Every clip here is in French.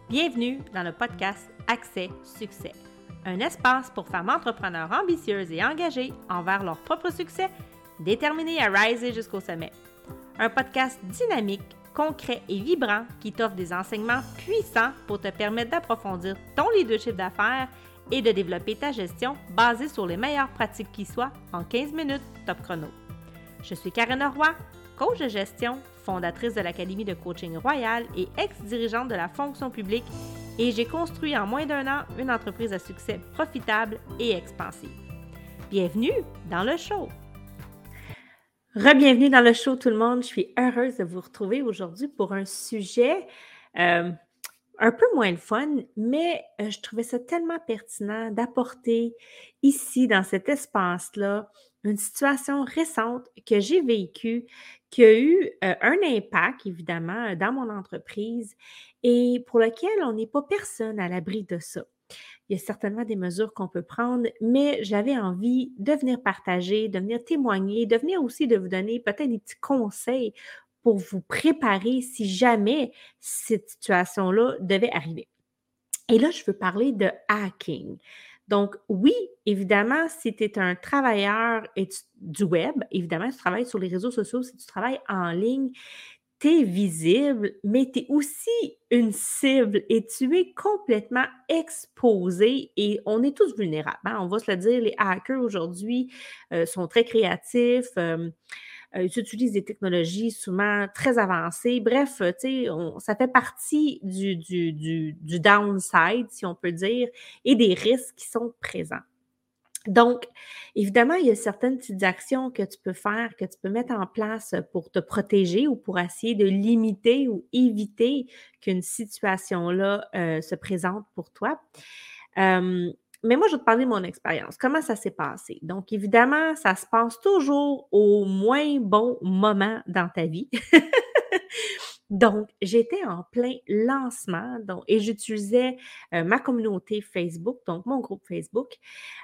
Bienvenue dans le podcast Accès Succès, un espace pour femmes entrepreneurs ambitieuses et engagées envers leur propre succès, déterminées à riser jusqu'au sommet. Un podcast dynamique, concret et vibrant qui t'offre des enseignements puissants pour te permettre d'approfondir ton leadership d'affaires et de développer ta gestion basée sur les meilleures pratiques qui soient en 15 minutes top chrono. Je suis Karen Roy, coach de gestion, fondatrice de l'Académie de coaching Royal et ex-dirigeante de la fonction publique, et j'ai construit en moins d'1 an une entreprise à succès profitable et expansive. Bienvenue dans le show! Re-bienvenue dans le show tout le monde, je suis heureuse de vous retrouver aujourd'hui pour un sujet un peu moins le fun, mais je trouvais ça tellement pertinent d'apporter ici, dans cet espace-là, une situation récente que j'ai vécue, qui a eu un impact, évidemment, dans mon entreprise et pour lequel on n'est pas personne à l'abri de ça. Il y a certainement des mesures qu'on peut prendre, mais j'avais envie de venir partager, de venir témoigner, de venir aussi de vous donner peut-être des petits conseils pour vous préparer si jamais cette situation-là devait arriver. Et là, je veux parler de hacking. Donc, oui, évidemment, si tu es un travailleur du web, évidemment, tu travailles sur les réseaux sociaux, si tu travailles en ligne, tu es visible, mais tu es aussi une cible et tu es complètement exposé et on est tous vulnérables. Hein? On va se le dire, les hackers aujourd'hui sont très créatifs. Ils utilisent des technologies souvent très avancées. Bref, tu sais, ça fait partie du downside, si on peut dire, et des risques qui sont présents. Donc, évidemment, il y a certaines petites actions que tu peux faire, que tu peux mettre en place pour te protéger ou pour essayer de limiter ou éviter qu'une situation-là se présente pour toi. Mais moi, je vais te parler de mon expérience. Comment ça s'est passé? Donc, évidemment, ça se passe toujours au moins bon moment dans ta vie. Donc, j'étais en plein lancement et j'utilisais ma communauté Facebook, donc mon groupe Facebook.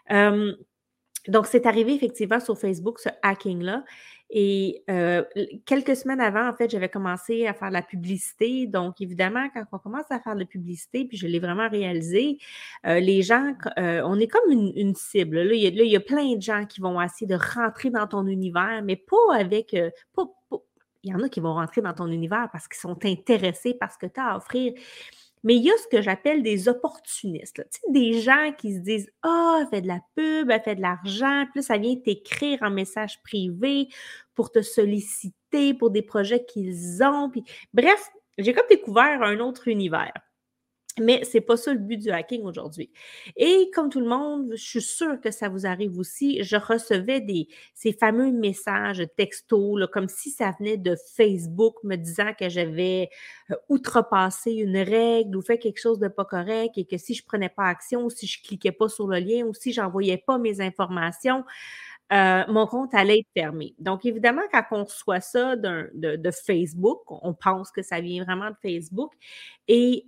Donc, c'est arrivé effectivement sur Facebook, ce hacking-là. Et quelques semaines avant, en fait, j'avais commencé à faire de la publicité. Donc, évidemment, quand on commence à faire de la publicité, puis je l'ai vraiment réalisé, les gens, on est comme une cible. Là, il y a plein de gens qui vont essayer de rentrer dans ton univers, mais pas avec... il y en a qui vont rentrer dans ton univers parce qu'ils sont intéressés par ce que tu as à offrir. Mais il y a ce que j'appelle des opportunistes. Là. Tu sais, des gens qui se disent « Ah, elle fait de la pub, elle fait de l'argent. » Puis là, ça vient t'écrire en message privé pour te solliciter pour des projets qu'ils ont. Puis, bref, j'ai comme découvert un autre univers. Mais c'est pas ça le but du hacking aujourd'hui. Et comme tout le monde, je suis sûre que ça vous arrive aussi, je recevais ces fameux messages textos, là, comme si ça venait de Facebook me disant que j'avais outrepassé une règle ou fait quelque chose de pas correct et que si je prenais pas action ou si je cliquais pas sur le lien ou si j'envoyais pas mes informations, mon compte allait être fermé. Donc, évidemment, quand on reçoit ça de Facebook, on pense que ça vient vraiment de Facebook et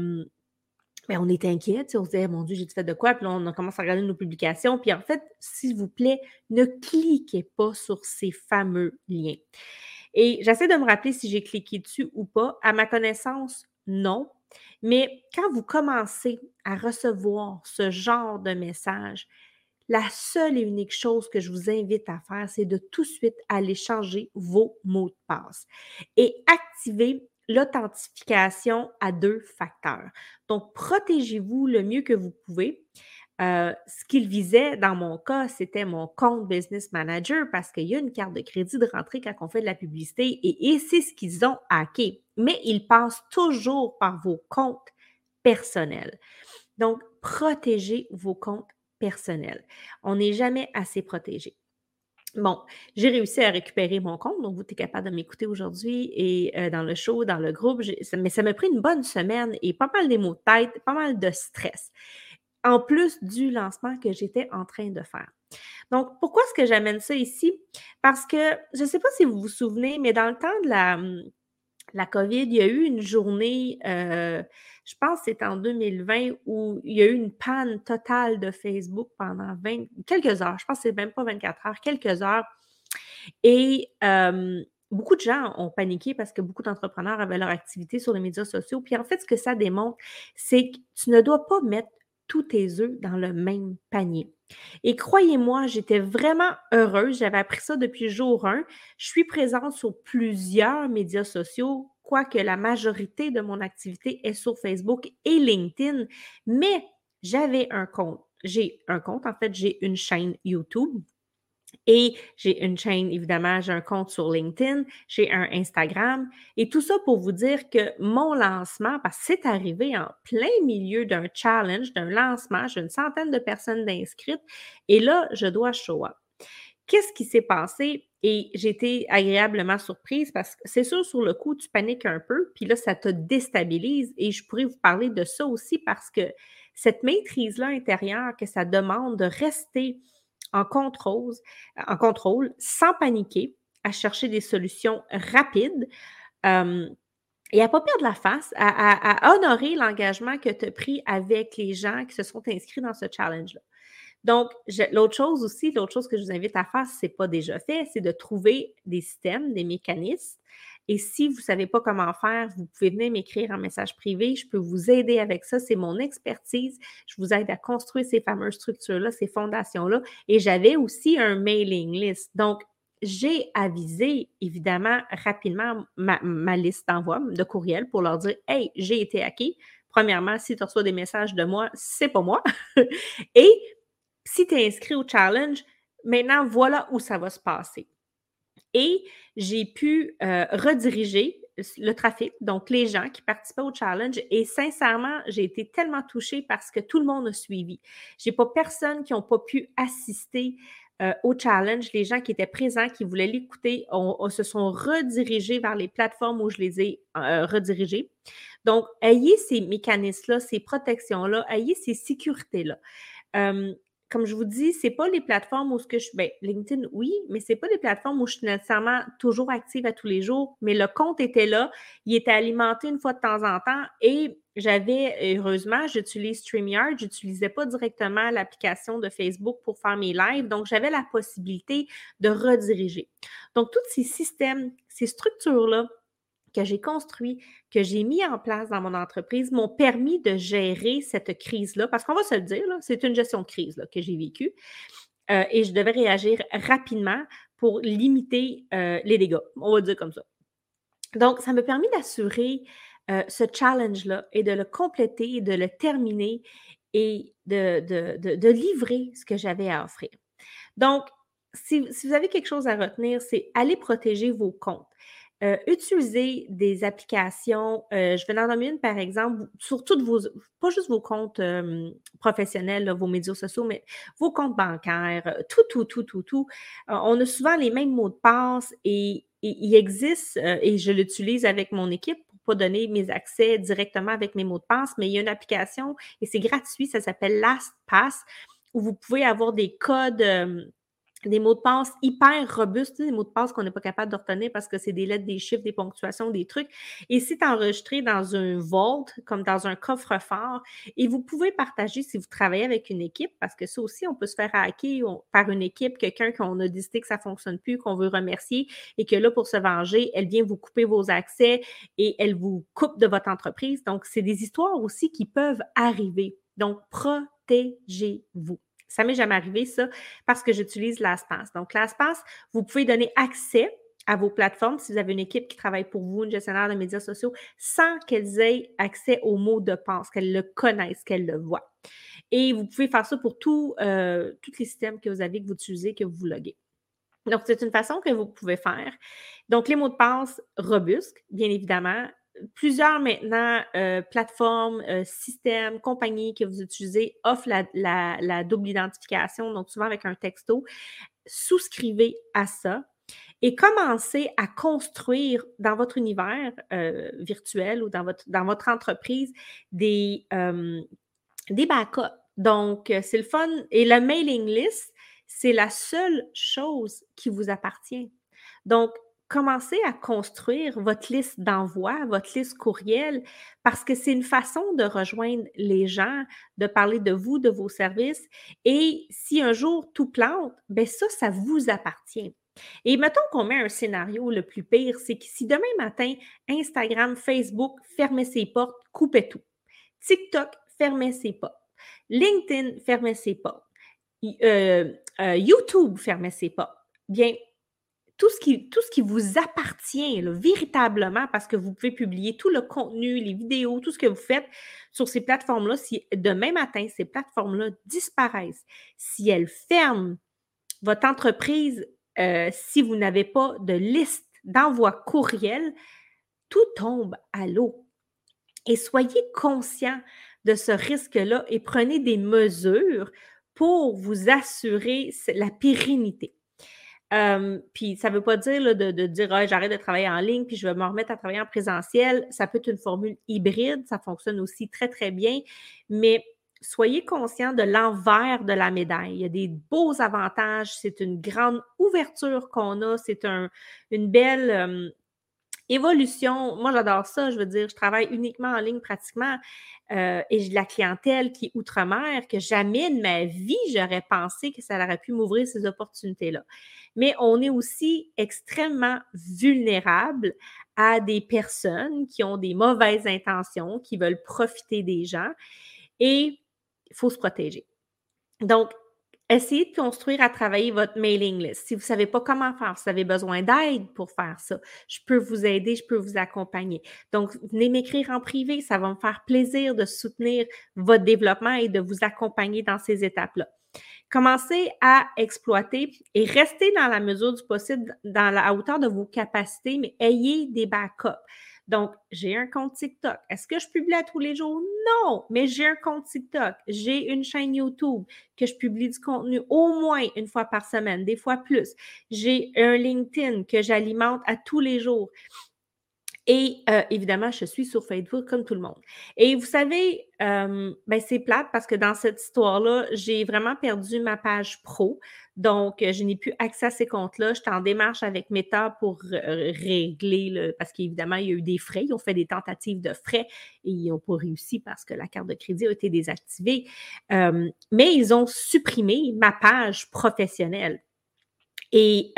mais on est inquiet, on se dit: «Mon Dieu, j'ai-tu fait de quoi?» Puis là, on commence à regarder nos publications. Puis en fait, s'il vous plaît, ne cliquez pas sur ces fameux liens. Et j'essaie de me rappeler si j'ai cliqué dessus ou pas. À ma connaissance, non. Mais quand vous commencez à recevoir ce genre de message, la seule et unique chose que je vous invite à faire, c'est de tout de suite aller changer vos mots de passe et activer l'authentification à 2 facteurs. Donc, protégez-vous le mieux que vous pouvez. Ce qu'il visait dans mon cas, c'était mon compte Business Manager parce qu'il y a une carte de crédit de rentrée quand on fait de la publicité et c'est ce qu'ils ont hacké. Mais ils passent toujours par vos comptes personnels. Donc, protégez vos comptes personnels. On n'est jamais assez protégé. Bon, j'ai réussi à récupérer mon compte, donc vous êtes capable de m'écouter aujourd'hui et dans le show, dans le groupe, mais ça m'a pris une bonne semaine et pas mal des maux de tête, pas mal de stress, en plus du lancement que j'étais en train de faire. Donc, pourquoi est-ce que j'amène ça ici? Parce que je ne sais pas si vous vous souvenez, mais dans le temps de la COVID, il y a eu une journée, je pense que c'était en 2020, où il y a eu une panne totale de Facebook pendant quelques heures. Je pense que c'est même pas 24 heures, quelques heures. Et beaucoup de gens ont paniqué parce que beaucoup d'entrepreneurs avaient leur activité sur les médias sociaux. Puis en fait, ce que ça démontre, c'est que tu ne dois pas mettre tous tes œufs dans le même panier. Et croyez-moi, j'étais vraiment heureuse. J'avais appris ça depuis jour 1. Je suis présente sur plusieurs médias sociaux, quoique la majorité de mon activité est sur Facebook et LinkedIn. Mais j'avais un compte. J'ai un compte, en fait, j'ai une chaîne YouTube et j'ai une chaîne, évidemment, j'ai un compte sur LinkedIn, j'ai un Instagram et tout ça pour vous dire que mon lancement, parce que c'est arrivé en plein milieu d'un challenge, d'un lancement, j'ai une centaine de personnes d'inscrites et là, je dois show up. Qu'est-ce qui s'est passé? Et j'ai été agréablement surprise parce que c'est sûr, sur le coup, tu paniques un peu, puis là, ça te déstabilise et je pourrais vous parler de ça aussi parce que cette maîtrise-là intérieure que ça demande de rester en contrôle, sans paniquer, à chercher des solutions rapides, hem et à ne pas perdre la face, à honorer l'engagement que tu as pris avec les gens qui se sont inscrits dans ce challenge-là. Donc, l'autre chose que je vous invite à faire, si ce n'est pas déjà fait, c'est de trouver des systèmes, des mécanismes. Et si vous ne savez pas comment faire, vous pouvez venir m'écrire en message privé. Je peux vous aider avec ça. C'est mon expertise. Je vous aide à construire ces fameuses structures-là, ces fondations-là. Et j'avais aussi un mailing list. Donc, j'ai avisé, évidemment, rapidement ma liste d'envoi de courriel pour leur dire: Hey, j'ai été hacké. Premièrement, si tu reçois des messages de moi, c'est pas moi. Et si tu es inscrit au challenge, maintenant, voilà où ça va se passer. Et j'ai pu rediriger le trafic, donc les gens qui participaient au challenge. Et sincèrement, j'ai été tellement touchée parce que tout le monde a suivi. J'ai pas personne qui n'a pas pu assister au challenge. Les gens qui étaient présents, qui voulaient l'écouter, se sont redirigés vers les plateformes où je les ai redirigés. Donc, ayez ces mécanismes-là, ces protections-là, ayez ces sécurités-là. Hem, Comme je vous dis, c'est pas les plateformes où ce que LinkedIn, oui, mais c'est pas des plateformes où je suis nécessairement toujours active à tous les jours, mais le compte était là, il était alimenté une fois de temps en temps et heureusement, j'utilise StreamYard, j'utilisais pas directement l'application de Facebook pour faire mes lives, donc j'avais la possibilité de rediriger. Donc tous ces systèmes, ces structures-là que j'ai construits, que j'ai mis en place dans mon entreprise m'ont permis de gérer cette crise-là, parce qu'on va se le dire, là, c'est une gestion de crise là, que j'ai vécue et je devais réagir rapidement pour limiter les dégâts, on va dire comme ça. Donc, ça m'a permis d'assurer ce challenge-là et de le compléter et de le terminer et de livrer ce que j'avais à offrir. Donc, si vous avez quelque chose à retenir, c'est aller protéger vos comptes. Utilisez des applications, je vais en nommer une par exemple, sur toutes vos pas juste vos comptes, professionnels, là, vos médias sociaux, mais vos comptes bancaires, tout. On a souvent les mêmes mots de passe et il existe, et je l'utilise avec mon équipe pour pas donner mes accès directement avec mes mots de passe, mais il y a une application et c'est gratuit, ça s'appelle LastPass, où vous pouvez avoir des codes, des mots de passe hyper robustes, tu sais, des mots de passe qu'on n'est pas capable de retenir parce que c'est des lettres, des chiffres, des ponctuations, des trucs. Et c'est enregistré dans un vault, comme dans un coffre-fort. Et vous pouvez partager si vous travaillez avec une équipe, parce que ça aussi, on peut se faire hacker par une équipe, quelqu'un qu'on a décidé que ça ne fonctionne plus, qu'on veut remercier, et que là, pour se venger, elle vient vous couper vos accès et elle vous coupe de votre entreprise. Donc, c'est des histoires aussi qui peuvent arriver. Donc, protégez-vous. Ça m'est jamais arrivé, ça, parce que j'utilise LastPass. Donc, LastPass, vous pouvez donner accès à vos plateformes si vous avez une équipe qui travaille pour vous, une gestionnaire de médias sociaux, sans qu'elles aient accès aux mots de passe, qu'elles le connaissent, qu'elles le voient. Et vous pouvez faire ça pour tous les systèmes que vous avez, que vous utilisez, que vous loguez. Donc, c'est une façon que vous pouvez faire. Donc, les mots de passe robustes, bien évidemment. Plusieurs maintenant plateformes, systèmes, compagnies que vous utilisez offrent la double identification, donc souvent avec un texto. Souscrivez à ça et commencez à construire dans votre univers virtuel ou dans votre entreprise des backups. Donc, c'est le fun. Et la mailing list, c'est la seule chose qui vous appartient. Donc, commencez à construire votre liste d'envoi, votre liste courriel, parce que c'est une façon de rejoindre les gens, de parler de vous, de vos services. Et si un jour tout plante, bien ça vous appartient. Et mettons qu'on met un scénario le plus pire, c'est que si demain matin, Instagram, Facebook fermait ses portes, coupait tout. TikTok fermait ses portes. LinkedIn fermait ses portes. YouTube fermait ses portes. Bien, tout ce qui vous appartient là, véritablement, parce que vous pouvez publier tout le contenu, les vidéos, tout ce que vous faites sur ces plateformes-là, si demain matin, ces plateformes-là disparaissent, si elles ferment votre entreprise, si vous n'avez pas de liste d'envoi courriel, tout tombe à l'eau. Et soyez conscient de ce risque-là et prenez des mesures pour vous assurer la pérennité. Puis ça ne veut pas dire là, de dire ah, j'arrête de travailler en ligne puis je vais me remettre à travailler en présentiel. Ça peut être une formule hybride, ça fonctionne aussi très, très bien, mais soyez conscient de l'envers de la médaille. Il y a des beaux avantages, c'est une grande ouverture qu'on a, c'est une belle évolution. Moi, j'adore ça. Je veux dire, je travaille uniquement en ligne pratiquement et j'ai de la clientèle qui est outre-mer que jamais de ma vie, j'aurais pensé que ça aurait pu m'ouvrir ces opportunités-là. Mais on est aussi extrêmement vulnérable à des personnes qui ont des mauvaises intentions, qui veulent profiter des gens et il faut se protéger. Donc, essayez de construire à travailler votre mailing list. Si vous ne savez pas comment faire, si vous avez besoin d'aide pour faire ça, je peux vous aider, je peux vous accompagner. Donc, venez m'écrire en privé, ça va me faire plaisir de soutenir votre développement et de vous accompagner dans ces étapes-là. Commencez à exploiter et restez dans la mesure du possible, dans la hauteur de vos capacités, mais ayez des backups. Donc, j'ai un compte TikTok. Est-ce que je publie à tous les jours? Non, mais j'ai un compte TikTok. J'ai une chaîne YouTube que je publie du contenu au moins une fois par semaine, des fois plus. J'ai un LinkedIn que j'alimente à tous les jours. Et évidemment, je suis sur Facebook comme tout le monde. Et vous savez, c'est plate parce que dans cette histoire-là, j'ai vraiment perdu ma page pro. Donc, je n'ai plus accès à ces comptes-là. J'étais en démarche avec Meta pour régler, parce qu'évidemment, il y a eu des frais. Ils ont fait des tentatives de frais et ils n'ont pas réussi parce que la carte de crédit a été désactivée. Mais ils ont supprimé ma page professionnelle. Et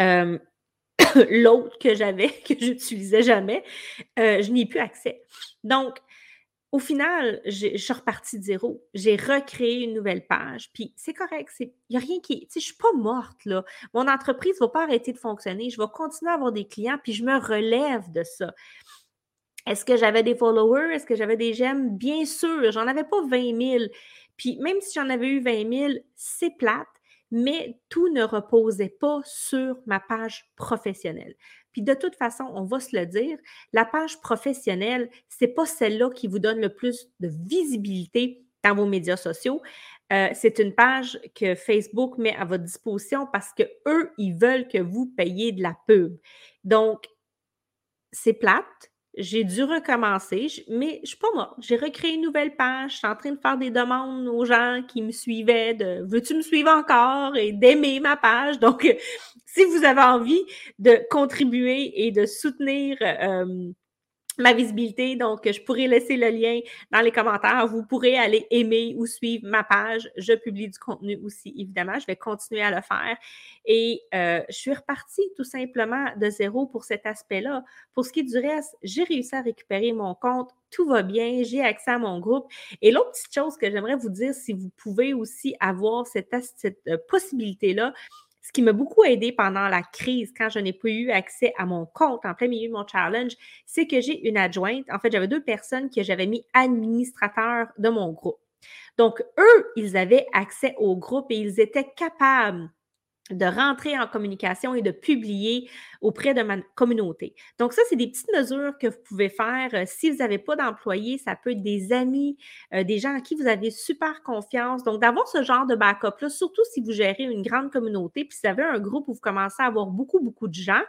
l'autre que j'avais, que j'utilisais jamais, je n'y ai plus accès. Donc, au final, je suis repartie de zéro. J'ai recréé une nouvelle page, puis c'est correct. Il n'y a rien qui... Tu sais, je ne suis pas morte, là. Mon entreprise ne va pas arrêter de fonctionner. Je vais continuer à avoir des clients, puis je me relève de ça. Est-ce que j'avais des followers? Est-ce que j'avais des j'aime? Bien sûr, j'en avais pas 20 000. Puis même si j'en avais eu 20 000, c'est plate, mais tout ne reposait pas sur ma page professionnelle. Puis de toute façon, on va se le dire, la page professionnelle, c'est pas celle-là qui vous donne le plus de visibilité dans vos médias sociaux. C'est une page que Facebook met à votre disposition parce que eux, ils veulent que vous payiez de la pub. Donc, c'est plate. J'ai dû recommencer, mais je ne suis pas morte. J'ai recréé une nouvelle page. Je suis en train de faire des demandes aux gens qui me suivaient de veux-tu me suivre encore et d'aimer ma page. Donc, si vous avez envie de contribuer et de soutenir ma visibilité, donc je pourrais laisser le lien dans les commentaires. Vous pourrez aller aimer ou suivre ma page. Je publie du contenu aussi, évidemment. Je vais continuer à le faire. Et je suis repartie tout simplement de zéro pour cet aspect-là. Pour ce qui est du reste, j'ai réussi à récupérer mon compte. Tout va bien. J'ai accès à mon groupe. Et l'autre petite chose que j'aimerais vous dire, si vous pouvez aussi avoir cette possibilité-là, ce qui m'a beaucoup aidé pendant la crise, quand je n'ai pas eu accès à mon compte en plein milieu de mon challenge, c'est que j'ai une adjointe. En fait, j'avais 2 personnes que j'avais mis administrateurs de mon groupe. Donc, eux, ils avaient accès au groupe et ils étaient capables de rentrer en communication et de publier auprès de ma communauté. Donc ça, c'est des petites mesures que vous pouvez faire. Si vous n'avez pas d'employés, ça peut être des amis, des gens à qui vous avez super confiance. Donc, d'avoir ce genre de backup-là, surtout si vous gérez une grande communauté, puis si vous avez un groupe où vous commencez à avoir beaucoup, beaucoup de gens,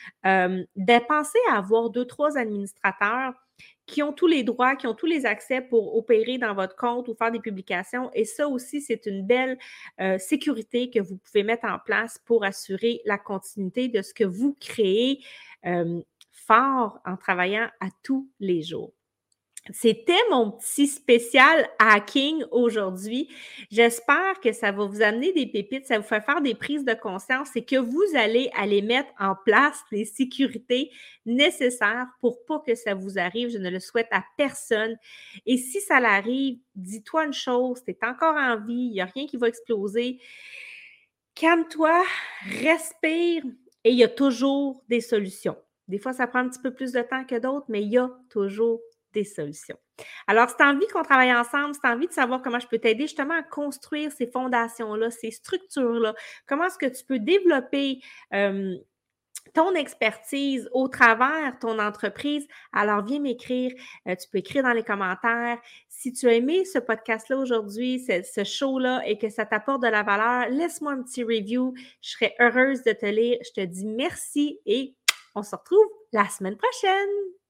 de penser à avoir 2, 3 administrateurs qui ont tous les droits, qui ont tous les accès pour opérer dans votre compte ou faire des publications. Et ça aussi, c'est une belle sécurité que vous pouvez mettre en place pour assurer la continuité de ce que vous créez fort en travaillant à tous les jours. C'était mon petit spécial hacking aujourd'hui. J'espère que ça va vous amener des pépites, ça vous fait faire des prises de conscience et que vous allez aller mettre en place les sécurités nécessaires pour pas que ça vous arrive. Je ne le souhaite à personne. Et si ça l'arrive, dis-toi une chose, tu es encore en vie, il n'y a rien qui va exploser. Calme-toi, respire et il y a toujours des solutions. Des fois, ça prend un petit peu plus de temps que d'autres, mais il y a toujours des solutions. Alors, si tu as envie qu'on travaille ensemble, si tu as envie de savoir comment je peux t'aider justement à construire ces fondations-là, ces structures-là, comment est-ce que tu peux développer ton expertise au travers ton entreprise, alors viens m'écrire. Tu peux écrire dans les commentaires. Si tu as aimé ce podcast-là aujourd'hui, ce show-là et que ça t'apporte de la valeur, laisse-moi un petit review. Je serais heureuse de te lire. Je te dis merci et on se retrouve la semaine prochaine.